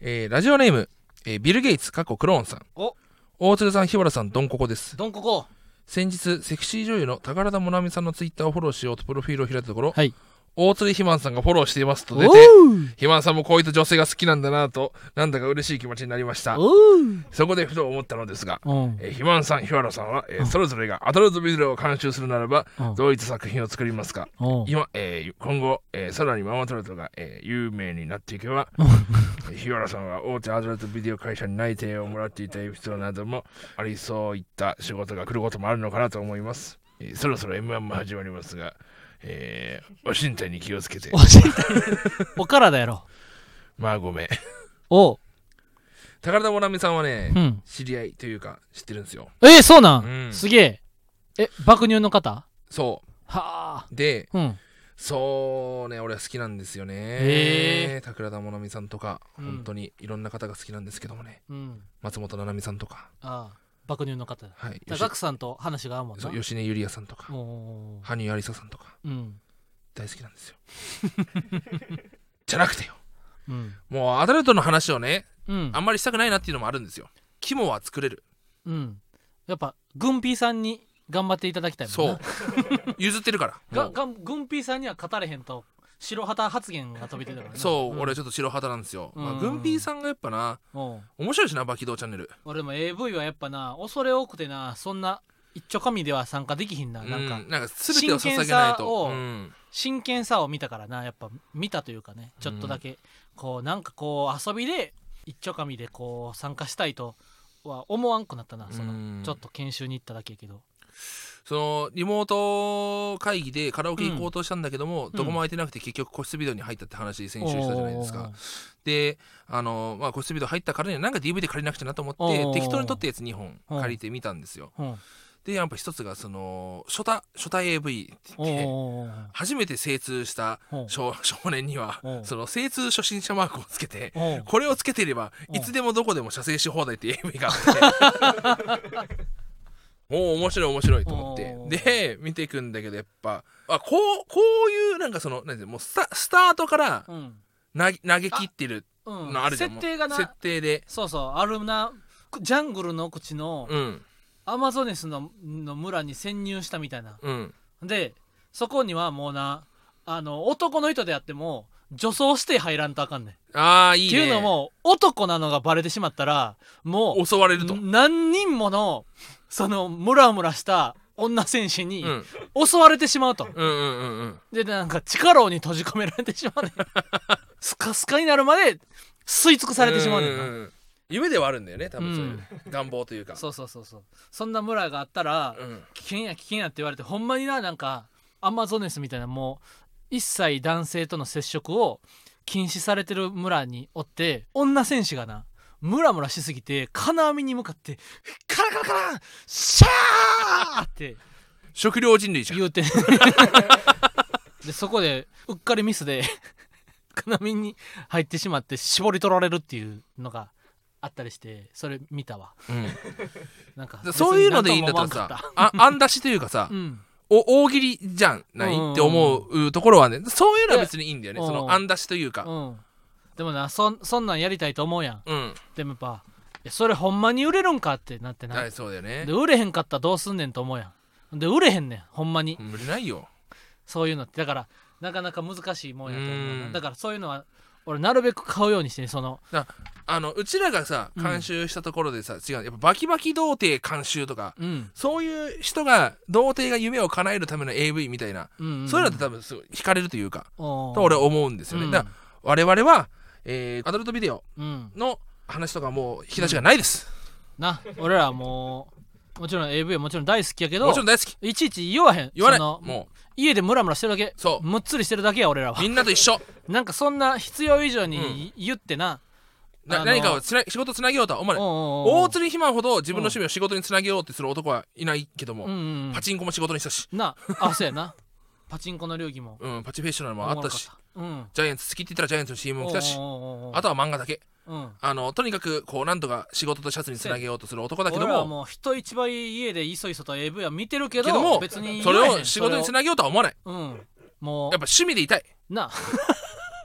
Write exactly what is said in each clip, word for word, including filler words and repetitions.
えー、ラジオネーム、えー、ビル・ゲイツ過去クローンさん。 お大鶴さん、日原さん、ドンココです。 ドンココ。 先日セクシー女優の宝田もなみさんのツイッターをフォローしようとプロフィールを開いたところ、 はい、 大鶴ひまんさんがフォローしていますと出て、ひまんさんもこういった女性が好きなんだなとなんだか嬉しい気持ちになりました。そこでふと思ったのですが、えー、ひまんさん、日原さんは、えー、それぞれがアダルトビデオを監修するならばどういった作品を作りますか？今、えー、今後、えー、さらにママタルトが、えー、有名になっていけば日原さんは大手アダルトビデオ会社に内定をもらっていたエピソードなどもありそういった仕事が来ることもあるのかなと思います。えー、そろそろ エムワン も始まりますが、えー、お身体に気をつけて。 お身体お体やろ。 まあごめん。 お宝田もなみさんはね、 うん、 知り合いというか知ってるんですよ。 えー、そうなん、 うん、 すげえ。え、爆乳の方？ そうはあ。 で、 うん、 そうね、俺は好きなんですよね。 へえ。 宝田もなみさんとか、 うん、 本当にいろんな方が好きなんですけどもね、うん、松本七海さんとか、 ああ、爆乳の方、 はい、 ガクさんと話が合うもんな。 吉根ゆりやさんとか、羽生有沙さんとか、うん、大好きなんですよ。じゃなくてよ、うん、もうアダルトの話をね、うん、あんまりしたくないなっていうのもあるんですよ。肝は作れる、うん、 やっぱグンピーさんに頑張っていただきたいもんな。 そう譲ってるからががグンピーさんには語れへんと白旗発言が飛び出てるからね。 そう、うん、俺はちょっと白旗なんですよ、まあ、グンピーさんがやっぱな面白いしな、バキドーチャンネル。 俺も エーブイ はやっぱな恐れ多くてな、そんな一丁紙では参加できひんな。なんか、 うん、なんか全てを捧げないと、 真剣さを、うん、真剣さを見たからな、やっぱ見たというかね、ちょっとだけ、うん、こうなんかこう遊びで一丁紙でこう参加したいとは思わんくなったな。その、うん、ちょっと研修に行っただけやけど、 そのリモート会議でカラオケ行こうとしたんだけども、うん、どこも空いてなくて結局個室ビデオに入ったって話先週したじゃないですか。で、あの、まあ、個室ビデオ入ったからにはなんか ディーブイディー 借りなくちゃなと思って適当に撮ったやつにほん借りてみたんですよ。でやっぱ一つがその初太初太 エーブイ って言って初めて精通した少年にはその精通初心者マークをつけて、これをつけていればいつでもどこでも射精し放題って エーブイ があっておお面白い面白いと思ってで見ていくんだけど、やっぱあこうこういうなんかそのなんてもうスタ、スタートから投げ、投げ切ってるのあるじゃん、うん、設定がな、設定でそうそうあるな。ジャングルの口の、うん、アマゾネス の, の村に潜入したみたいな、うん、でそこにはもうな、あの男の人であっても女装して入らんとあかんねん。 あーいいね。 っていうのも男なのがバレてしまったらもう襲われると、 何人ものそのムラムラした女戦士に襲われてしまうと、うんうんうんうん、でなんか地下牢に閉じ込められてしまうねんスカスカになるまで吸い尽くされてしまうねんな、うんうんうん、 夢ではあるんだよね多分、そういう、うん、願望というか、 そうそうそうそう、そんな村があったら、うん、危険や危険やって言われて、ほんまにな、なんかアマゾネスみたいなもう一切男性との接触を禁止されてる村におって、女戦士がなムラムラしすぎて金網に向かってカラカラカラシャーって食料人類じゃん言うてでそこでうっかりミスで金網に入ってしまって絞り取られるっていうのがあったりして、それ見たわ、うん、なんかそういうのでいいんだったらさ、あ案出しというかさ、うん、お大喜利じゃんないって思うところはね、そういうのは別にいいんだよね、その案出しというか、うん、 でもな そ, そんなんやりたいと思うやん、うん、でもやっぱいやそれほんまに売れるんかってなってな、 はい、そうだよね。 で売れへんかったらどうすんねんと思うやん。で売れへんねんほんまに、 売れないよそういうのって。だからなかなか難しいもんやと思う。うだからそういうのは俺なるべく買うようにして、ね、そのだあのうちらがさ監修したところでさ、うん、違うやっぱバキバキ童貞監修とか、うん、そういう人が童貞が夢を叶えるための エーブイ みたいな、うんうんうん、そういうのって多分すごい惹かれるというかと俺は思うんですよね、うん、だから我々は、えー、アダルトビデオの話とかもう引き出しがないです、 うん、な俺らはもうもちろん エーブイ はもちろん大好きやけど、 もちろん大好き、 いちいち言わへん、 言わない、 もう家でムラムラしてるだけ、そうむっつりしてるだけや俺らは。 みんなと一緒なんかそんな必要以上に言ってな、 うん、な何かをつな仕事つなげようとは思わない。大釣り肥満ほど自分の趣味を仕事につなげようってする男はいないけども、うんうんうん、パチンコも仕事にしたしなあ、そうやなパチンコの流儀も、 うん、パチフェッショナルもあったし、うん、ジャイアンツ好きって言ったらジャイアンツの シーエム も来たし、あとは漫画だけ、うん、あのとにかくこうなんとか仕事とシャツにつなげようとする男だけども、 俺はもう人一倍家でいそいそと エーブイ は見てるけど、けども別にそれを仕事につなげようとは思わない、 うん、もうやっぱ趣味でいたいな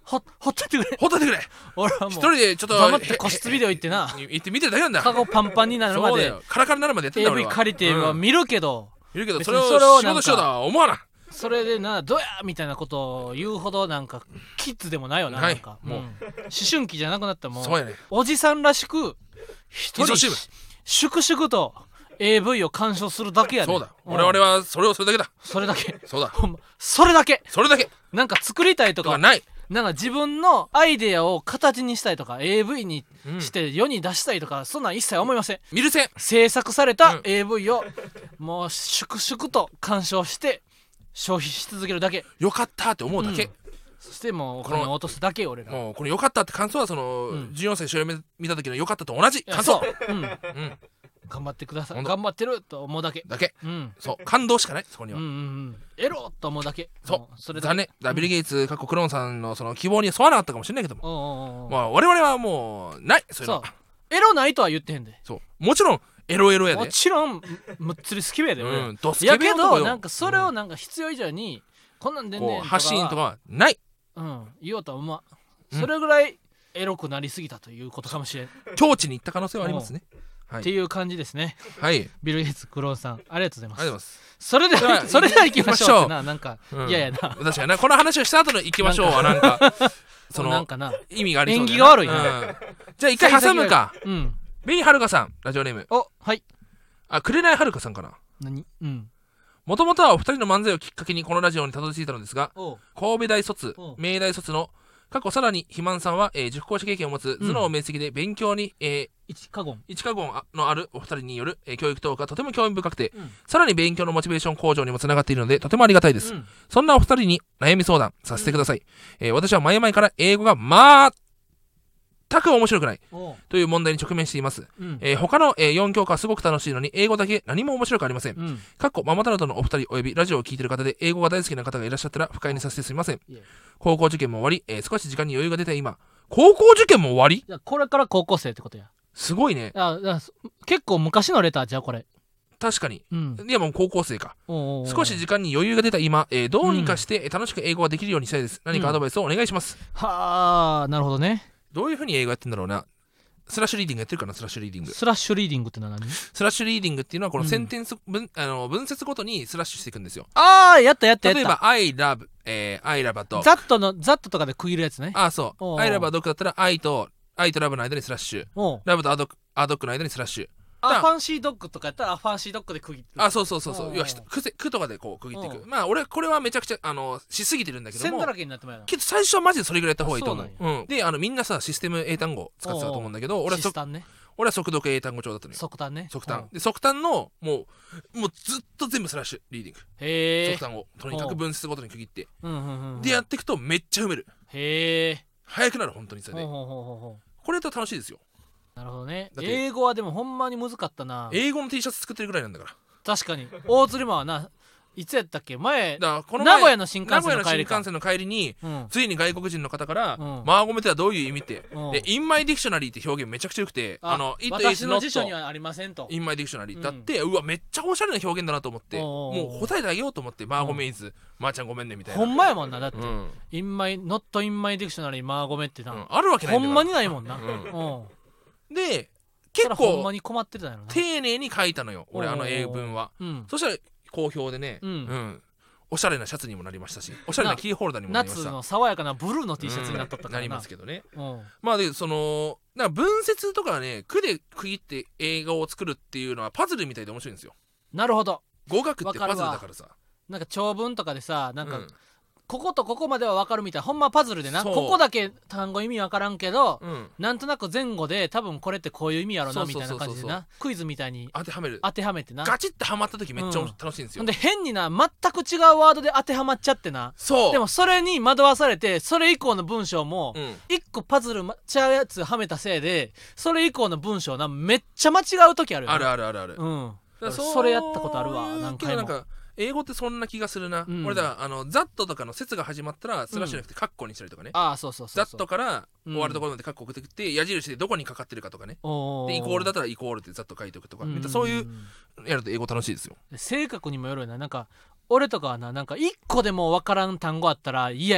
ほほっといてくれほっといてくれ。 俺はもう一人でちょっと黙って個室ビデオ行ってな行って見てるだけなんだ。 カゴパンパンになるまでそうだよ、カラカラになるまでやってんだ俺エーブイは。 借りては見るけど、 いるけど、 別にそれをそれをなんか仕事しようとは思わない。 それでなどやみたいなことを言うほどなんかキッズでもないよな、 ないなんかもううん思春期じゃなくなったもうそうやね。 おじさんらしく一人味噌汁粛々と エーブイ を鑑賞するだけやねん。 そうだ。 ん我々はそれをそれだけだ。 それだけそうだ。 ほんまそれだけそれだけなんか作りたいとかとかない。 なんか自分のアイデアを形にしたいとか エーブイ にうんして世に出したいとか、そんなん一切思いません。 見るせん。 制作されたうんエーブイ をもう粛々と鑑賞して消費し続けるだけ。 よかったって思うだけ。 うんそしてもうお金を落とすだけ俺ら。 もうこのよかったって感想はその、 うんじゅうよんさい初夢見た時のよかったと同じいや感想。 そう、うん、 うん。 頑張ってください。 ほんと頑張ってると思うだけ。 だけ。 うんそう。感動しかない。そこには。 うんうんうんエロと思うだけ。 そうもそれだけ残念。だからビル・ゲイツ、過去クローンさんのその希望に沿わなかったかもしれないけども、 おうおうおうまあ我々はもうない。そういうのそうエロないとは言ってへんで。 そう。もちろんエロエロやもで。 ちろんむっつり好きべやで俺、 うん。ドスケやけベ男よ。 どなんかそれをなんか必要以上にこんなんでんねんこうとか発信とかはない。 うん言おうとは思わん、 うんそれぐらいエロくなりすぎたということかもしれん、 境地に行った可能性はありますね。はい。 っていう感じですね。 はい。ありがとビル・ゲイツクローンさんありがとうございます。 うございます。 それででははそれでは行きましょうって行きましょうななんかうん嫌やな、 確かにな。この話をした後の行きましょうはなんか、そのなんかな意味がありそうだよ縁起が悪いなうんじゃあ一回挟むか。 うんベイはるかさん、ラジオネーム。 おはいあ、くれないはるかさんかな。 何うんもともとはお二人の漫才をきっかけにこのラジオにたどり着いたのですが、 おう神戸大卒うん、 明大卒の過去さらに肥満さんは、えー塾講師経験を持つ頭脳明晰で勉強に、えー一カゴン一過言のあるお二人による、えー教育トークがとても興味深くて、 うんさらに勉強のモチベーション向上にもつながっているのでとてもありがたいです、 うんそんなお二人に悩み相談させてください、えー私は前々から英語がま全く面白くないおうという問題に直面しています、 うんえー他の、えーよん教科はすごく楽しいのに英語だけ何も面白くありません、 うんかっこママタルトのお二人およびラジオを聞いている方で英語が大好きな方がいらっしゃったら不快にさせてすみません。 いえ高校受験も終わり、えー少し時間に余裕が出た今高校受験も終わりじゃあこれから高校生ってことや。 すごいね。 ああ結構昔のレターじゃあこれ。 確かに。 うんいやもう高校生か。 おうおうおう少し時間に余裕が出た今、えーどうにかしてえー楽しく英語ができるようにしたいです。何かアドバイスをお願いします。 はあなるほどね。 どういう風に英語やってんだろうな。スラッシュリーディングやってるかな。スラッシュリーディング。 スラッシュリーディングってのは何？ スラッシュリーディングっていうのはこのうんセンテンス、文あの文節ごとにスラッシュしていくんですよ。 ああやったやったやった。 例えば I love、えー、I love a dog。 ザットのザットとかで区切るやつね。 あ、そおうおうう。I love a dog だったら I と I と love の間にスラッシュ。 おうラブとアドックアドックの間にスラッシュ。だあファンシードッグとかやったらあファンシードッグで区切る。 あ、そうそうそうそう。 おうおう要はひとくせくとかでこう区切っていく。 うまあ俺これはめちゃくちゃあのしすぎてるんだけども線だ。らけになってもやな。 けど最初はマジでそれぐらいやった方がいいと思う。 あそううん。で、あのみんなさシステム英単語使ってたと思うんだけど、俺はそシスタンね。 俺は速読英単語帳だったのよ。 速単ね。 速単。で速単のもうもうずっと全部スラッシュリーディング。 へえ速。単をとにかく分節ごとに区切って。 うんうんうんうん。 でやっていくとめっちゃ読める。 へえ。 早くなる本当にそれで。 ほうほうほうほうほこれだと楽しいですよ。 う。なるほどね。 だって英語はでもほんまに難かったな。 英語の T シャツ作ってるぐらいなんだから。 確かに。大釣りマンはないつやったっけ前だからこの前名古屋の新幹名古屋線の帰りか。 の新幹線の帰りにうん。 ついに外国人の方からうんマーゴメとはどういう意味ってうんで In my dictionary って表現めちゃくちゃよくてあの It 私 is の not 辞書にはありませんと。 In my dictionary うんだってうわめっちゃおしゃれな表現だなと思っておうおうおうもう答えてあげようと思ってマーゴメイズまーちゃんごめんねみたいなほんまやもんな。だってう。んインマイノットインマイディクショナリーマーゴメってな、 うんあるわけないんだからほんまにないもんな。 ううんん。 で結そらほん構まに困ってたんやろな。 丁寧に書いたのよ俺おうおうおうあの英文はうん。 そしたら好評でねうんうんおしゃれなシャツにもなりましたしおしゃれなキーホルダーにもなりました夏の爽やかなブルーの T シャツになっとったからな。 うんなりますけどねうん。 まあでそのなんか文節とかはね句で区切って映画を作るっていうのはパズルみたいで面白いんですよなるほど。 語学ってパズルわかるわだからさなんか長文とかでさ、なんか、 うんこことここまでは分かるみたいな、ほんまパズルでな、 そうここだけ単語意味分からんけど、 うんなんとなく前後で多分これってこういう意味やろなみたいな感じでそうそうそうな、クイズみたいに当てはめる当てはめてな。 ガチってハマった時めっちゃうん楽しいんですよ、 ほんで変にな、全く違うワードで当てはまっちゃってな。 そうでもそれに惑わされて、それ以降の文章も、 うん一個パズルまちゃうやつはめたせいで、それ以降の文章な、めっちゃ間違う時あるよな。 あるあるあるある、 うん。 だからそれやったことあるわそういう何回もけどなんか英語ってそんな気がするな、 うん俺だあのザットとかの説が始まったらスラッシュじゃなくてカッコにしたりとかね、 ああ、そうそうそザうそう。 ットからうん終わるところまでカッコ送ってきて矢印でどこにかかってるかとかねおでイコールだったらイコールってざっと書いておくとか、めっちゃそういうやると英語楽しいですよ。 性格にもよるよな。なんか俺とかはな、なんか一個でも分からん単語あったら嫌やね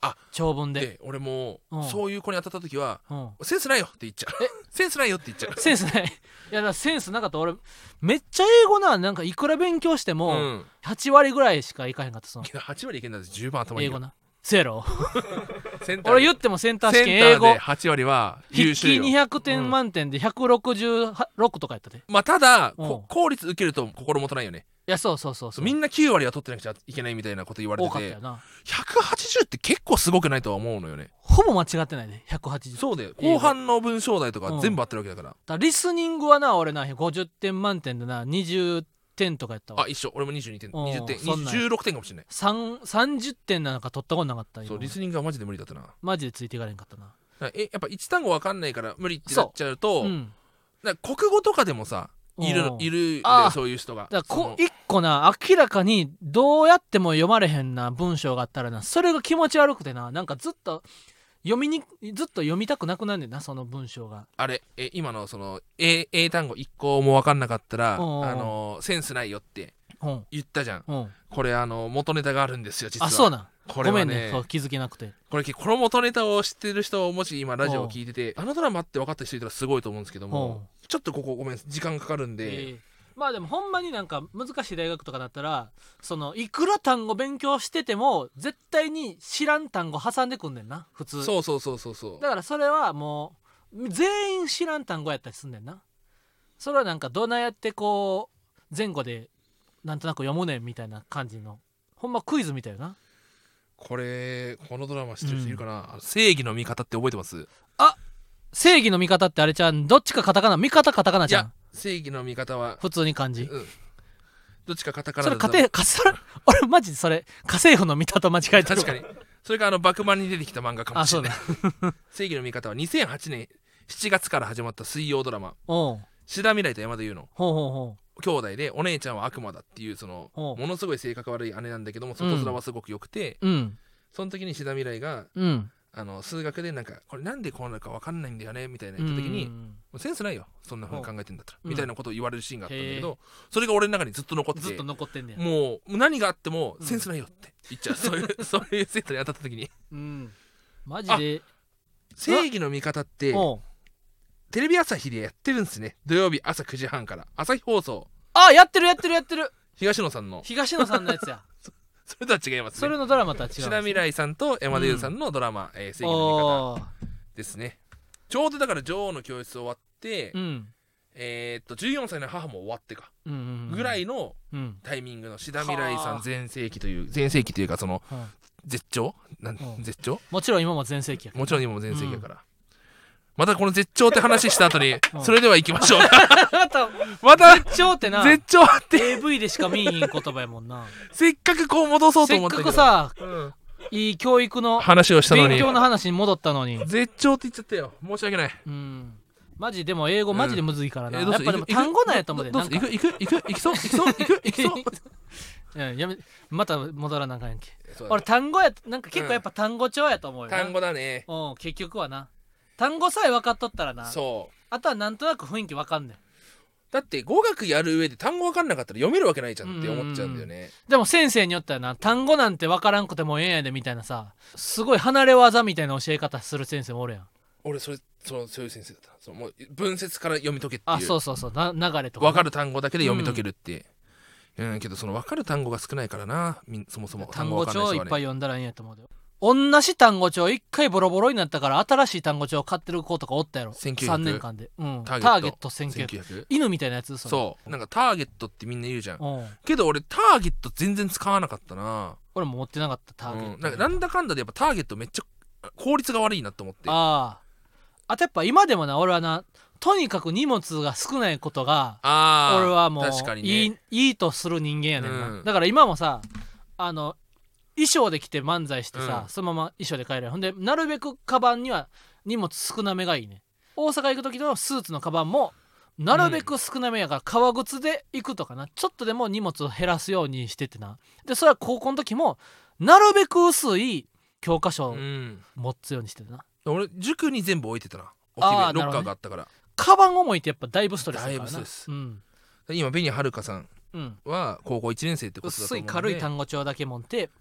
あ長文で。 で俺もうんそういう子に当たった時はうんセンスないよって言っちゃうセンスないよって言っちゃうセンスないいやだからセンスなかった。俺めっちゃ英語な、なんかいくら勉強してうもんはち割ぐらいしかいかへんかったそのいやはち割いけんだって十分頭いいよ英語な。せやろセンター俺言ってもセンター試験センター英語ではち割は優筆記秀よにひゃくてん満点でひゃくろくじゅうろくとかやったで。いまあただうんこ公立受けると心もとないよねやそうそうそうそうみんなきゅう割は取ってなくちゃいけないみたいなこと言われ多ててかったよな。 ひゃくはちじゅうって結構すごくないとは思うのよねほぼ間違ってないでひゃくはちじゅう。 そうだよ英語後半の文章題とうんか全部合ってるわけだから、 だからリスニングはな俺なごじゅってん満点でなにじゅってんとかやったわ。 あ一緒俺もにじゅうにてんうんにじゅってんそんなんじゅうろくてんかもしれないさんさんじゅってんなんか取ったことなかった今そうリスニングはマジで無理だったなだかマジでついていかれんかったな。 らえやっぱ一単語わかんないから無理ってなっちゃうとうんだから国語とかでもさいるうんいるんだあーよそういう人がだからそのこ一個な明らかにどうやっても読まれへんな文章があったらなそれが気持ち悪くてななんかずっと読みにずっと読みたくなくなんねんなその文章が。 あれえ今のその英英単語いっこもわかんなかったらあうんうんうんのセンスないよってうん言ったじゃんうんこれあの元ネタがあるんですよ実はあそうなんこれはごめんねねそう気づけなくて。 これこの元ネタを知ってる人もし今ラジオを聞いててあのドラマって分かった人いたらすごいと思うんですけどうんもちょっとここごめん時間かかるんで、 ええまあでもほんまになんか難しい大学とかだったらそのいくら単語勉強してても絶対に知らん単語挟んでくんねんな普通。 そうそうそうそうそうだからそれはもう全員知らん単語やったりすんねんな。それはなんかどないやってこう前後でなんとなく読むねんみたいな感じのほんまクイズみたいよな。 これこのドラマ知ってる人いるかな、あの正義の味方って覚えてます？ 正義の味方ってあれちゃんどっちかカタカナ味方カタカナいやじゃん正義の味方は普通に漢字。 うんどっちかカタカナそれだと家庭かそれ俺マジでそれ家政婦の味方間違えてる。 確かにそれかあのバクマンに出てきた漫画かもあそうしれないだ正義の味方はにせんはちねんしちがつから始まった水曜ドラマおう志田未来と山田優のほうほうほ兄弟でお姉ちゃんは悪魔だっていうそのほうものすごい性格悪い姉なんだけども外面はすごく良くて、 ううんその時に志田未来がうんあの数学でなんかこれなんでこうなるか分かんないんだよねみたいな言った時に、 うんもうセンスないよそんな風に考えてんだったら、 うんみたいなことを言われるシーンがあったんだけへどそれが俺の中にずっと残っててずっと残ってんねや。 もう何があってもうんセンスないよって言っちゃう、そういうそういうセットに当たった時にうんマジで正義の味方っておうテレビ朝日でやってるんですね土曜日朝くじはんから朝日放送あやってるやってるやってる東野さんの東野さんのやつやそれとは違いますねそれのドラマとは違う志田未来さんと山田優さんのドラマ、えー正義の味おー方ですねちょうどだから女王の教室終わって、 うんえーっとじゅうよんさいの母も終わってかうんうんうんぐらいのうんタイミングの志田未来さはあん全盛期という全盛期というかそのうん絶頂なんうん絶頂もちろん今も全盛期やもちろん今も全盛期だから、またこの絶頂って話した後にうんそれでは行きましょうまたまた絶頂ってな絶頂ってエーブイ でしか見えん言葉やもんなせっかくこう戻そうとせっ思ったけどかくさうんいい教育の話をしたのに勉強の話に戻ったのに絶頂って言っちゃったよ申し訳ないうんマジでも英語マジでむずいからな、 えーどうするやっぱでも単語なんやと思うでどうなんかする行く行く行く行きそう行きそう行く行きそううんやめまた戻らなあかんやんけそうだ俺単語やなんか結構やっぱ単語帳やと思うよな、 単語だねうん結局はな単語さえ分かっとったらなそうあとはなんとなく雰囲気分かんねんだって語学やる上で単語分かんなかったら読めるわけないじゃんって思っちゃうんだよねでも先生によってはな単語なんて分からんくてもええんやでみたいなさすごい離れ技みたいな教え方する先生もおるやん俺それそうそういう先生だったそうもう文節から読み解けっていうあそうそうそうな流れとかな分かる単語だけで読み解けるって、うん、けどその分かる単語が少ないからなみんそもそも単語帳いっぱいい読んだらいいんやと思うよ同じ単語帳一回ボロボロになったから新しい単語帳買ってる子とかおったやろせんきゅうひゃくさんねんかんで、うん、タターゲットーゲットせんきゅうひゃくせんきゅうひゃく犬みたいなやつそれそうなんかターゲットってみんな言うじゃんうんけど俺ターゲット全然使わなかったな俺も持ってなかったターゲット、 うん、なんかなんだかんだでやっぱターゲットめっちゃ効率が悪いなと思ってあああとやっぱ今でもな俺はなとにかく荷物が少ないことがあー俺はもう確かにねいいいいとする人間やねんな、 うんだから今もさあの衣装で着て漫才してさ、 うんそのまま衣装で帰るほんでなるべくカバンには荷物少なめがいいね大阪行く時のスーツのカバンもなるべく少なめやから革靴で行くとかなちょっとでも荷物を減らすようにしててなでそれは高校の時もなるべく薄い教科書をうん持つようにしててな、 俺塾に全部置いてたな置きあー部ロッカなるほどねーがあったから、 カバン重いってやっぱだいぶストレスだからなだいぶストレスうん今紅はるかさんうんは高校いちねん生ってことだと薄い思うんで軽い単語帳だけ持って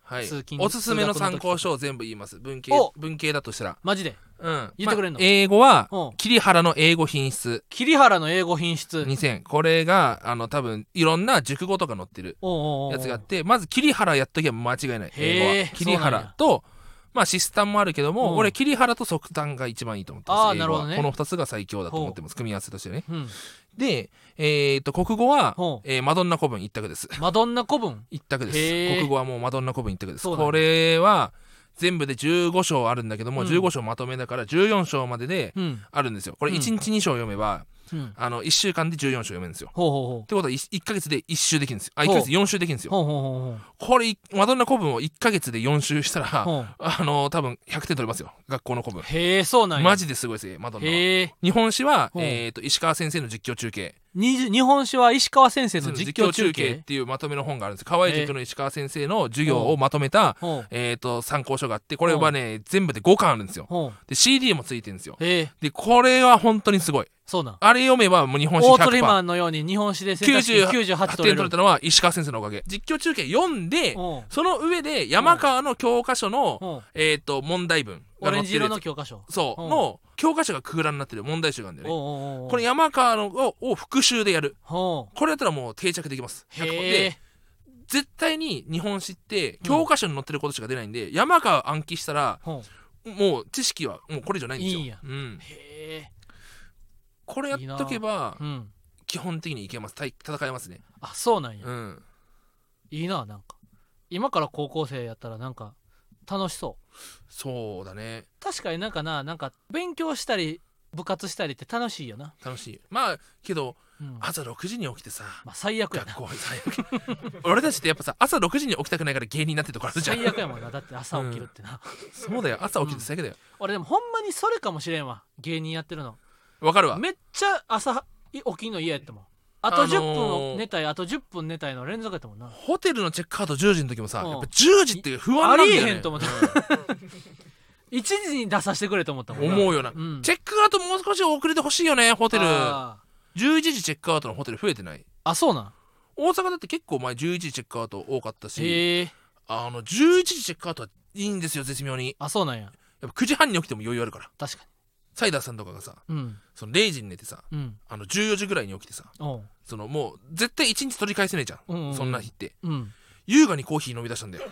はい、 通勤おすすめの参考通書を全部言います。文系お文系だとしたら、 マジでうん、 言ってくれんの、 まあ、英語はうん桐原の英語品質桐原の英語品質にせん、これがあの多分いろんな熟語とか載ってるおうおうおうやつがあって、まず桐原やっときゃ間違いない。英語はへー桐原とまあシスタムもあるけども、 うん俺桐原と即端が一番いいと思ってます。英語はあーなるほどねこのふたつが最強だと思ってます。組み合わせとしてね。 うんで、えー、と国語はほ、うえーマドンナ古文一択です。 マドンナ古文一択です。 へー国語はもうマドンナ古文一択です。 そうなんだこれは全部でじゅうご章あるんだけども、 うんじゅうご章まとめだからじゅうよん章まででうんあるんですよ。これうんいちにちに章読めば、 うんあのいっしゅうかんでじゅうよん章読めるんですよ。 ほうほうほうってことはいいっかげつでいっ周できるんですよ。あ、1 ほうヶ月でよん周できるんですよ。 ほうほうほうほうこれマドンナ古文をいっかげつでよん周したら、 ほうあの多分ひゃくてん取れますよ。学校の古文。 へえそうなんやマジですごいですよマドンナは。 へえ日本史は、 ほうえー、と石川先生の実況中継に日本史は石川先生の実実況中況中継っ継ていうまとめの本があるんです。河合塾の石川先生の授業をまとめた、 ほうえー、と参考書があって、これはね全部でごかんあるんですよ。 ほうで シーディー もついてるんですよ。 へえでこれは本当にすごい。 そうなんあれ読めばもう日本史大鳥マひゃくパーセントンのように日本史で選択肢きゅうじゅうはちはち取れるてん取れたのは石川先生のおかげ。実況中継読んで、 ほうその上で山川の教科書の、 ほうえー、と問題文オレンジ色が載ってるやつの教科書そうほうの教科書が空欄になってる問題集があるんだよね。 おうおうおうこれ山川のをを復習でやる。 ほうこれやったらもう定着できます。ひゃくパーセントへえで絶対に日本史って教科書に載ってることしか出ないんで、山川暗記したらほもう知識はもうこれ以上ないんですよ。 いいんやうん、 うへえこれやっとけばうん基本的にいけます。対戦えますね。 あそうなんやうん、 いいななんか今から高校生やったらなんか楽しそうそうだね。 確かになんかななんか勉強したり部活したりって楽しいよな、 楽しい。まあけどうん、 朝ろくじに起きてさ、 まあ最悪やな学校最悪俺たちってやっぱさ朝ろくじに起きたくないから芸人になってるとこあるじゃん。 最悪やもんなだって朝起きるってな、 そうだよ、朝起きて最悪だよ。 俺でもほんまにそれかもしれんわ芸人やってるのわかるわ。 めっちゃ朝起きんの嫌やったもんあとじゅっぷんあのー寝たいあとじゅっぷん寝たいの連続やったもんなホテルのチェックアウトじゅうじの時もさ、 うんやっぱじゅうじって不安なんだよね。 ありえへんと思ったいちじに出させてくれと思ったもんな思うよな、 うんチェックアウトもう少し遅れてほしいよね。ホテルあじゅういちじチェックアウトのホテル増えてない？ あそうなん大阪だって結構前じゅういちじチェックアウト多かったし、 へえあのじゅういちじチェックアウトはいいんですよ。絶妙にあそうなんややっぱくじはんに起きても余裕あるから。 確かサイダーさんとかがさ、 にうんそのれいじに寝てさ、 うんあのじゅうよじぐらいに起きてさ、 おうそのもう絶対いちにち取り返せねえじゃん、 うんうんうんそんな日ってうん優雅にコーヒー飲み出したんだよ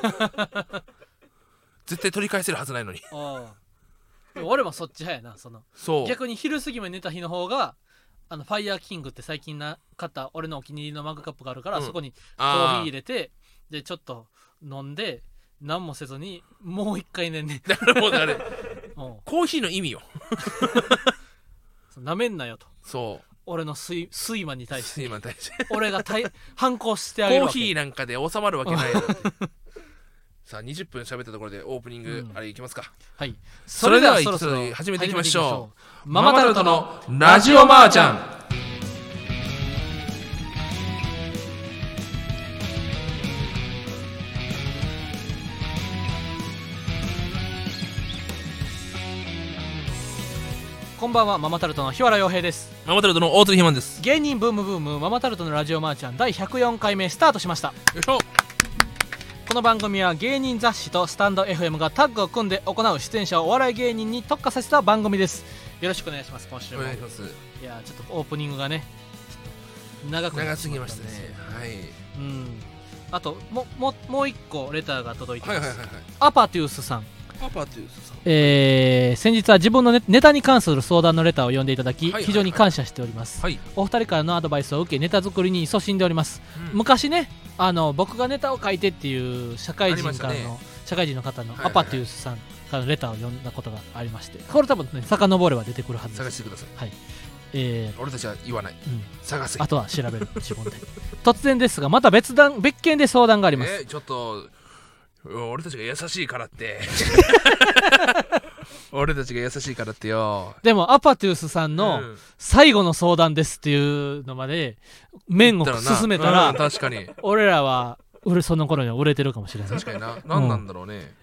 絶対取り返せるはずないのに。 ああでも俺もそっち派やなそのそう逆に昼過ぎまで寝た日の方があのファイヤーキングって最近な買った俺のお気に入りのマグカップがあるから、 うんそこにコーヒあー入れてでちょっと飲んで何もせずにもう一回寝んねんなるほどあれおうコーヒーの意味よ。 なめんなよとそう俺の睡睡魔に対して今大事俺が対反抗してコあげるわけーヒーなんかで収まるわけないだろってさあにじゅっぷん喋ったところでオープニング、 うんあれいきますか。 はいそれではそろそろ始めていきましょう始めていきましょうママタルトのラジオマーちゃん。 こんばんはママタルトの日原洋平です。 ママタルトの大鶴ひまんです。 芸人ブームブームママタルトのラジオマーちゃんだいひゃくよんかいめスタートしました。 よいしょ。 この番組は芸人雑誌とスタンド エフエム がタッグを組んで行う出演者をお笑い芸人に特化させた番組です。よろしくお願いします。今週もお願いします。 いやちょっとオープニングがねちょっと長くな長ってしますぎましたたっんですよね。はいうんあともももう一個レターが届いてます、 はいはいはいはい。 アパティウスさん、 パパというさん。 えー先日は自分のネネタに関する相談のレターを読んでいただき、 はいはいはい非常に感謝しております、 はい。 お二人からのアドバイスを受けネタ作りに勤しんでおります、 うん昔ねあの僕がネタを書いてっていう社会人からの、 ありま社会人の方のはいはいはいアパティウスさんからのレターを読んだことがありまして、これ多分ね遡れば出てくるはずです、 探してください。 え俺たちは言わない。 ーうん、 探せ。 あとは調べる自分で突然ですがまた別段別件で相談があります、 えーちょっと俺たちが優しいからって俺たちが優しいからってよ。 でもアパティウスさんのうん最後の相談ですっていうのまで面を進めたら、 うん確かに俺らは売れその頃には売れてるかもしれない確かにな。何なんだろうね。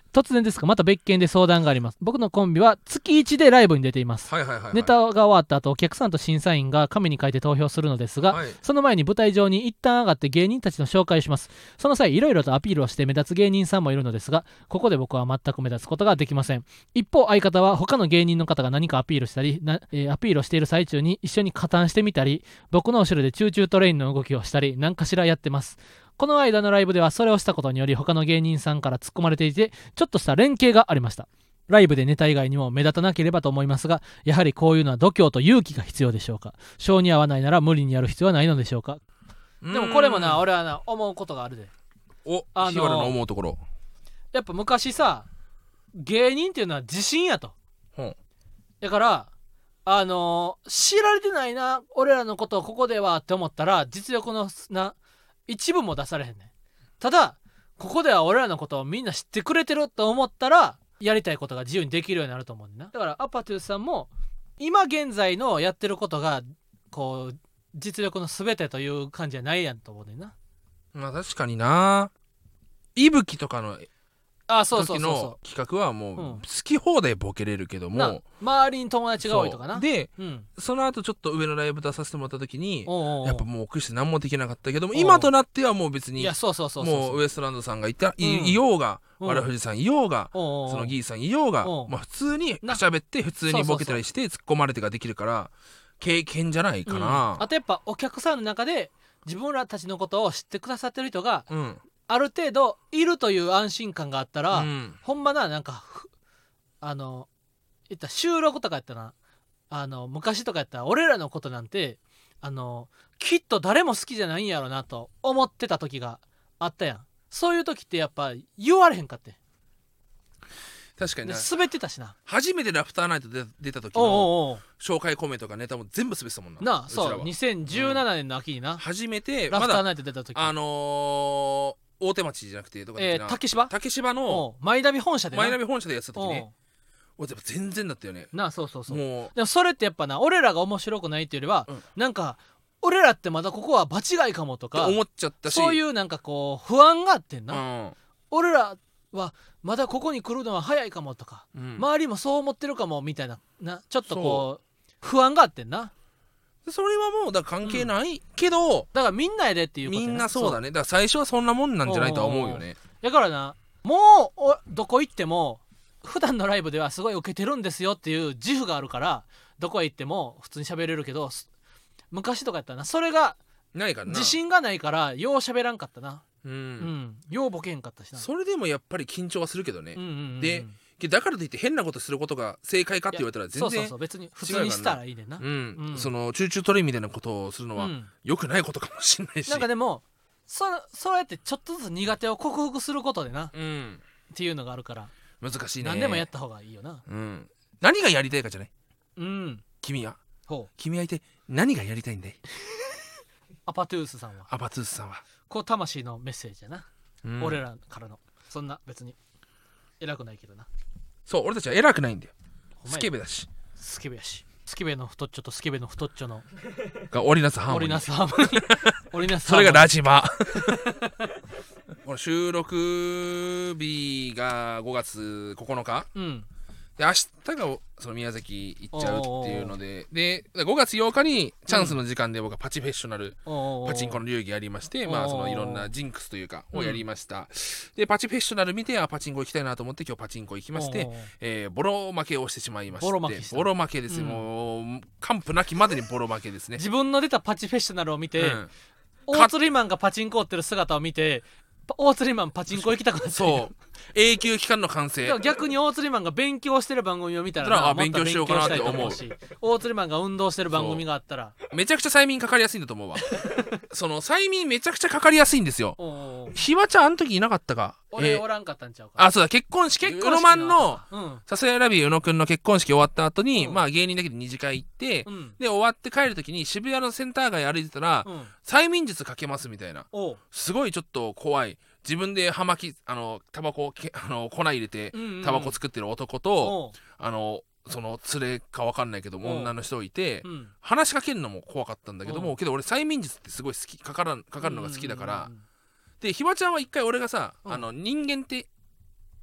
突然ですがまた別件で相談があります。僕のコンビは月いちでライブに出ています、 はいはいはいはい、 ネタが終わった後お客さんと審査員が紙に書いて投票するのですが、 はい、 その前に舞台上に一旦上がって芸人たちの紹介をします。その際いろいろとアピールをして目立つ芸人さんもいるのですが、ここで僕は全く目立つことができません。一方相方は他の芸人の方が何かアピールしたりな、えーアピールをしている最中に一緒に加担してみたり、僕の後ろでチューチュートレインの動きをしたり何かしらやってます。この間のライブではそれをしたことにより他の芸人さんから突っ込まれていて、ちょっとした連携がありました。ライブでネタ以外にも目立たなければと思いますが、やはりこういうのは度胸と勇気が必要でしょうか。性に合わないなら無理にやる必要はないのでしょうか。でもこれもな、俺はな思うことがあるで。 お、 あのー日原の思うところ、 やっぱ昔さ、芸人っていうのは自信やと。 ほん、 だからあのー知られてないな俺らのことをここではって思ったら実力のな一部も出されへんねん。ただここでは俺らのことをみんな知ってくれてると思ったらやりたいことが自由にできるようになると思うんだな。だからアパトゥースさんも今現在のやってることがこう実力の全てという感じじゃないやんと思うねんな。 まあ確かにな、いぶきとかのあ、そうそう時そうその企画はもううん好き放題ボケれるけどうなも、 周りに友達が多いとかな。 そうでうん、 その後ちょっと上のライブ出させてもらった時におうおうおうやっぱもう奥して何もできなかったけども、 おう今となってはもう別にいやそうそうそうそうもうウエストランドさんがいたい,、 うんいようがうんわらふじさんいようがおうおうおうそのギーさんいようがおうまあ普通にな喋って普通にボケたりして突っ込まれてができるから経験じゃないかうんな。 あとやっぱお客さんの中で自分らたちのことを知ってくださってる人がうんある程度いるという安心感があったら、 うんほんまななんかふあの言ったら収録とかやったらあの昔とかやったら俺らのことなんてあのきっと誰も好きじゃないんやろなと思ってた時があったやん。そういう時ってやっぱ言われへんかってで確かにな。 滑ってたしな。 初めてラフターナイトで出た時おうのおうおう紹介コメントとかネタも全部滑ってたもんな。 なあうちらはそうにせんじゅうななねんの秋にな、 初めてラフターまだナイト出た時、 あのー大手町じゃなくてどこだっえー、 けな、 竹芝竹芝のおうマイナビ本社でなマイナビ本社でやってた時おうね、俺やっぱ全然だったよね。 なあそうそうそう。 もうでもそれってやっぱな俺らが面白くないっていうよりは、 うんなんか俺らってまだここは場違いかもとか思っちゃったし、 そういうなんかこう不安があってんな、 うん俺らはまだここに来るのは早いかもとか、 うん周りもそう思ってるかもみたいななちょっとこう不安があってんな。 それはもうだから関係ないけど、 だからみんなやでっていうことやみんなそうだね。だから最初はそんなもんなんじゃないとは思うよね。 だからなもうおどこ行っても普段のライブではすごい受けてるんですよっていう自負があるからどこへ行っても普通に喋れるけど、す昔とかやったらなそれがないからな。 自信がないからよう喋らんかったな。 うん、 うんようボケんかったしな。 それでもやっぱり緊張はするけどね、 うんうんうんうんでだからといって変なことすることが正解かって言われたら全然そうそうそう別に普通にしたらいいねんな。 うんうんそのチューチュートレインみたいなことをするのはうん良くないことかもしれないし、 なんかでもそそうやってちょっとずつ苦手を克服することでなっうん、 ていうのがあるから、 難しいね。 何でもやった方がいいよな。 うん、何がやりたいかじゃないうん君はほう君は一体何がやりたいんだいアパトゥースさんはアバトゥースさんは、 こう魂のメッセージやな、 うん俺らからのそんな別に偉くないけどな。 そう俺たちは偉くないんだよ。スほんまやケベだしスケベやしスケベの太っちょとスケベの太っちょのが織りなすハーモ織りニーなすハーモニー織りなすそれがハーモニーラジマこの収録日がごがつここのかうんで明日がその宮崎行っちゃうっていうのででごがつようかにチャンスの時間で僕はパチフェッショナル、 おーパチンコの流儀やりましておーまあそのいろんなジンクスというかをやりました、でパチフェッショナル見てあパチンコ行きたいなと思って今日パチンコ行きまして、 おーえーボロ負けをしてしまいましてボロ負けしたボロ負けですよ、 うんもう完膚なきまでにボロ負けですね。 自分の出たパチフェッショナルを見て、 うん大釣りマンがパチンコ打ってる姿を見てパ大釣りマンパチンコ行きたくなってそう永久期間の完成でも逆に大釣りマンが勉強してる番組を見たらだからあもっと勉強しようかなって思う勉強したいとし大釣りマンが運動してる番組があったらめちゃくちゃ催眠かかりやすいんだと思うわその催眠めちゃくちゃかかりやすいんですよ。 おうおうひわちゃんあの時いなかったかえー俺おらんかったんちゃうか。 あそうだ結婚式結うのまんのうんさすがラビー宇野くんの結婚式終わった後に、 うんまあ芸人だけで二次会行って、 うんで終わって帰る時に渋谷のセンター街歩いてたら、 うん催眠術かけますみたいなおうすごいちょっと怖い自分で葉巻あのタバコをけあの粉入れてうんうんタバコ作ってる男と、 おうあのその連れか分かんないけどもうん女の人いて、 うん話しかけるのも怖かったんだけども、 うんけど俺催眠術ってすごい好きかからんかかるのが好きだから、 うんうんうんでひわちゃんは一回俺がさ、 うんあの人間って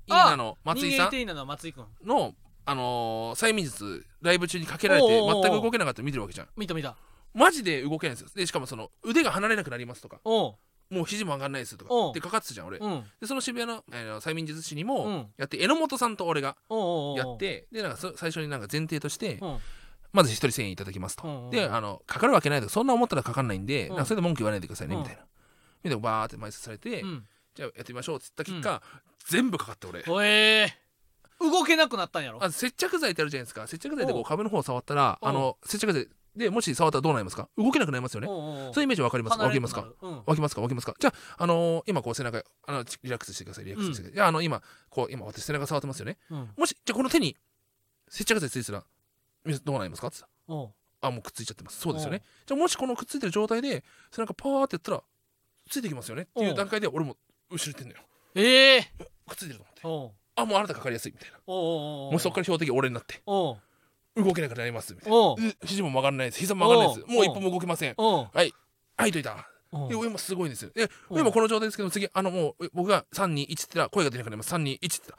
イーナの松井さん人間イーナの松井くんのあのー、催眠術ライブ中にかけられて全く動けなかったら見てるわけじゃん。 見た見た。 マジで動けないんですよ。でしかもその腕が離れなくなりますとか、 おうもう肘も上がんないですとかでかかってたじゃん俺、 うん、 でその渋谷の、えー、催眠術師にもうんやって、榎本さんと俺がおうおうおうやってでなんか最初になんか前提として、 うん、 まずひとりせんえんいただきますと、 うんうん、 であのかかるわけないとかそんな思ったらかかんないんで、 うん、 なんかそれで文句言わないでくださいね、 うん、 みたいなみたいなバーって埋設されて、うん、じゃあやってみましょうっつった結果、うん、全部かかって俺おえー、動けなくなったんやろ。 あ接着剤ってあるじゃないですか。接着剤でこう壁の方を触ったらあの接着剤でもし触ったらどうなりますか。動けなくなりますよね。おうおう、そういうイメージ分かりますか。分けますか、うん、分けますか分けますか。じゃあ、あのー、今こう背中あのリラックスしてくださいリラックスしてください、うん、じゃあ、あの今こう今私背中触ってますよね、うん、もしじゃあこの手に接着剤ついてたらどうなりますかって言ったら、あもうくっついちゃってます。そうですよね。じゃあもしこのくっついてる状態で背中パーってやったらついてきますよねっていう段階で俺も後ろにいってんのよ。ええー、くっついてると思って、あもうあなたかかりやすいみたいな、もうそっから標的俺になって動けなくなりますみたいな、肘も曲がらないです、膝も曲がらないです、もう一歩も動けません、はいはいといた。で上もすごいんですよ。で上もこの状態ですけど次あのもう僕がさんにいちって言ったら声が出なくなります。さんにいちって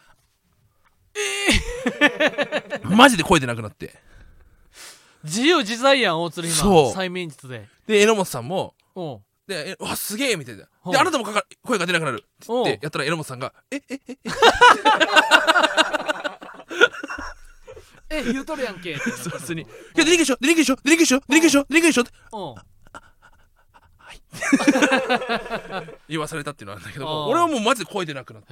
言ったらええー、マジで声出なくなって自由自在やん大鶴今催眠術で。で榎本さんもでわすげえみたいなであなたもかか声が出なくなるって言ってやったら榎本さんがえええええ言うとるやんけって普通に「いやデリケーションデリケーションデリケーションデリケーションデリケーション」ってはい言わされたっていうのはあるんだけど俺はもうマジで声出なくなって、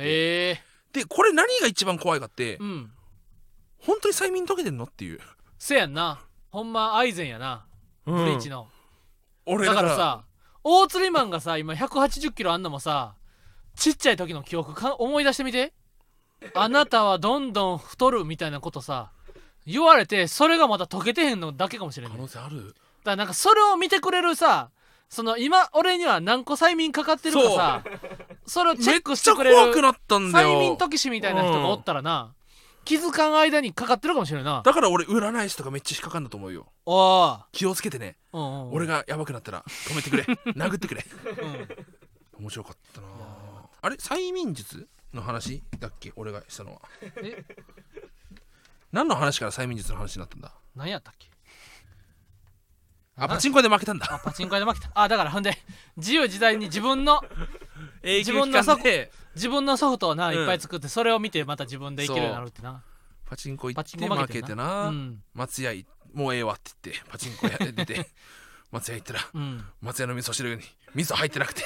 でこれ何が一番怖いかって、うん、本当に催眠解けてんのっていう。 せやんなほんまアイゼンやな、うん、ブリーチの俺だからさ大釣りマンがさ今ひゃくはちじゅっキロあんのもさちっちゃい時の記憶か思い出してみて。あなたはどんどん太るみたいなことさ言われてそれがまだ解けてへんのだけかもしれない。 可能性ある。 だからなんかそれを見てくれるさその今俺には何個催眠かかってるかさ そ, それをチェックしてくれる催眠解き師みたいな人がおったらな、うん、気づかん間にかかってるかもしれないな。 だから俺占い師とかめっちゃ引っかかんだと思うよ。 お気をつけてね、うんうんうん、俺がヤバくなったら止めてくれ殴ってくれ、うん、面白かったな。あれ催眠術の話だっけ俺がしたのは。え何の話から催眠術の話になったんだ。 何やったっけ。 あパチンコで負けたんだ。 あパチンコで負けた。あだからほんで自由自在に自分の自分のソフト自分のソフトをな、うん、いっぱい作ってそれを見てまた自分でいけるようになるってな。 パチンコ行って負けてな、うん、松屋もうええわって言ってパチンコや出て松屋行ったら、うん、松屋の味噌汁に味噌入ってなくて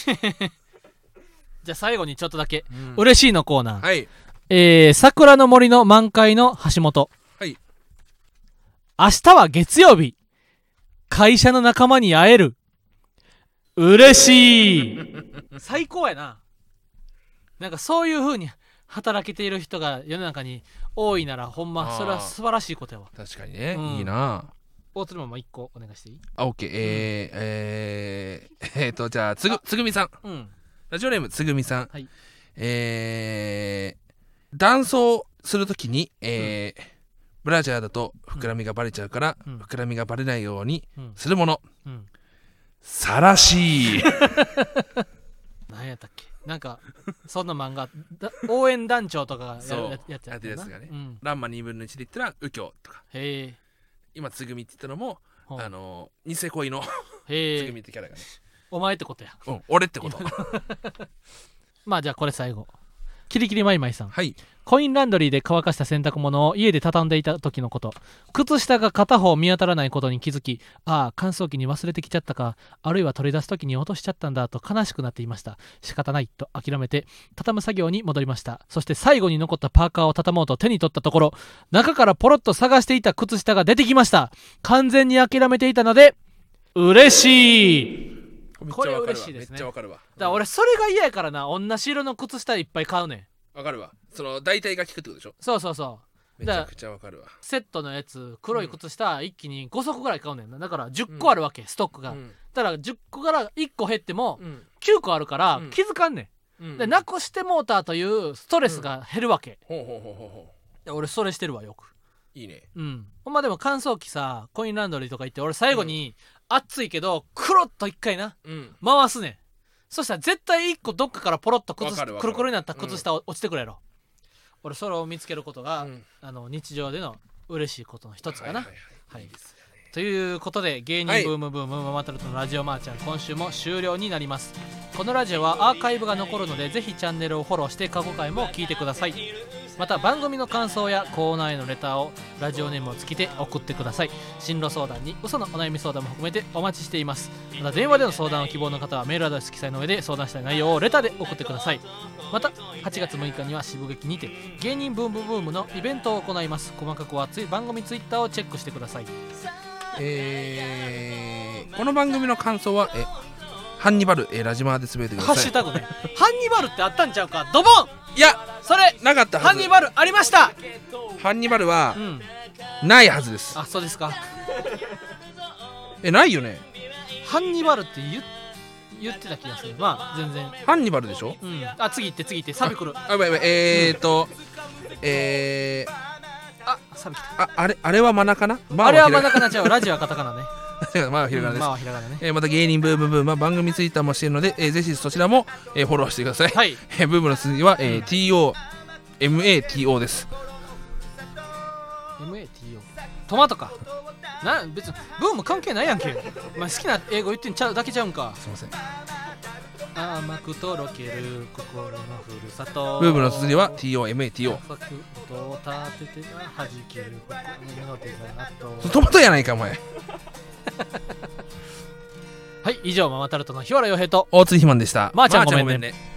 じゃあ最後にちょっとだけ、うん、嬉しいのコーナー、 はい、 えー、桜の森の満開の橋本、 はい、 明日は月曜日会社の仲間に会える嬉しい最高やな。なんかそういう風に働けている人が世の中に多いならほんまそれは素晴らしいことやわ。 確かにね、うん、いいな。 大鶴ママいっこお願いしていい？ あ、オッケー。えー、えー、えーとじゃあつぐつぐみさん、うん、ラジオネームつぐみさん、はい、えー、断層するときに、えーうん、ブラジャーだと膨らみがバレちゃうから、うん、膨らみがバレないようにするもの、うんうん、さらしい何やったっけ。なんかそんな漫画応援団長とかがやるやつやってるやつがね、うん、ランマにぶんのいちで言ったら右京とか、へえ今つぐみって言ったのもあのニセ恋のつぐみってキャラがねお前ってことや、 うん、俺ってことまあじゃあこれ最後キリキリマイマイさん、 はい、 コインランドリーで乾かした洗濯物を家で畳んでいた時のこと。靴下が片方見当たらないことに気づき、ああ乾燥機に忘れてきちゃったか、あるいは取り出す時に落としちゃったんだと悲しくなっていました。仕方ないと諦めて畳む作業に戻りました。そして最後に残ったパーカーを畳もうと手に取ったところ、中からポロッと探していた靴下が出てきました。完全に諦めていたので嬉しい。これ嬉しいですね。 めっちゃわかるわ。 だから俺それが嫌やからな、同じ色の靴下いっぱい買うねん。わかるわ。その大体が効くってことでしょ。 そうそうそう。 めちゃくちゃわかるわ。 セットのやつ黒い靴下一気にご足ぐらい買うねんな。だからじゅっこあるわけ、うん、ストックが、うん、だからじゅっこからいっこ減ってもきゅうこあるから気づかんねん、うん、でなくしてもうたというストレスが減るわけ、うん、ほうほうほうほう。俺それしてるわよく。 いいね。 うん。ほんまでも乾燥機さコインランドリーとか行って俺最後に、うん、熱いけどクロッと一回な、うん、回すねん。そしたら絶対いっこどっかからポロッと靴くるくるになった靴下落ちてくるやろ、 俺それを見つけることが、 うんあの日常での嬉しいことの一つかな。 はいはいはい、 はいいいですよね。 ということで芸人ブームブーム、ママタルトのラジオマーちゃん今週も終了になります。このラジオはアーカイブが残るのでぜひチャンネルをフォローして過去回も聞いてください。また番組の感想やコーナーへのレターをラジオネームをつけて送ってください。進路相談に嘘のお悩み相談も含めてお待ちしています。また電話での相談を希望の方はメールアドレス記載の上で相談したい内容をレターで送ってください。またはちがつむいかには渋劇にて芸人ブームブームのイベントを行います。細かくはつい番組ツイッターをチェックしてください。 えー、この番組の感想はえハンニバル、えー、ラジマーでつぶやいてください。 ハッシュタグねハンニバルってあったんちゃうか。ドボン。 いやそれなかったはず。 ハンニバルありました。 ハンニバルはうんないはずです。 あそうですか。 えないよね。 ハンニバルって言言ってた気がする。まあ全然ハンニバルでしょ。 うんあ次行って次行ってサビ来る。 あやばいやばいえーと、えーあサビ来た。 ああれあれはマナかな。 あれはまマだかなちゃう。ラジオはカタカナね。 まあひらがなです。 まあひらがなね。 えーまた芸人ブームブームは番組ツイッターもしているので、えーぜひそちらも、えーフォローしてください。 はいえーブームの数字は、えー、ティーオーエムエーティーオー です。 エムエーティーオー トマトかな。別にブーム関係ないやんけ。まあ好きな英語言ってんちゃうだけちゃうんか。 すいません。 甘くとろける心のふるさと。 ブームの数字は ティーオーエムエーティーオー。 ファクトを立てて弾ける心のデザート。 トマトやないかお前。 はい以上ママタルトの日原洋平と大津ひまんでした。 まーちゃんまーごめんねね。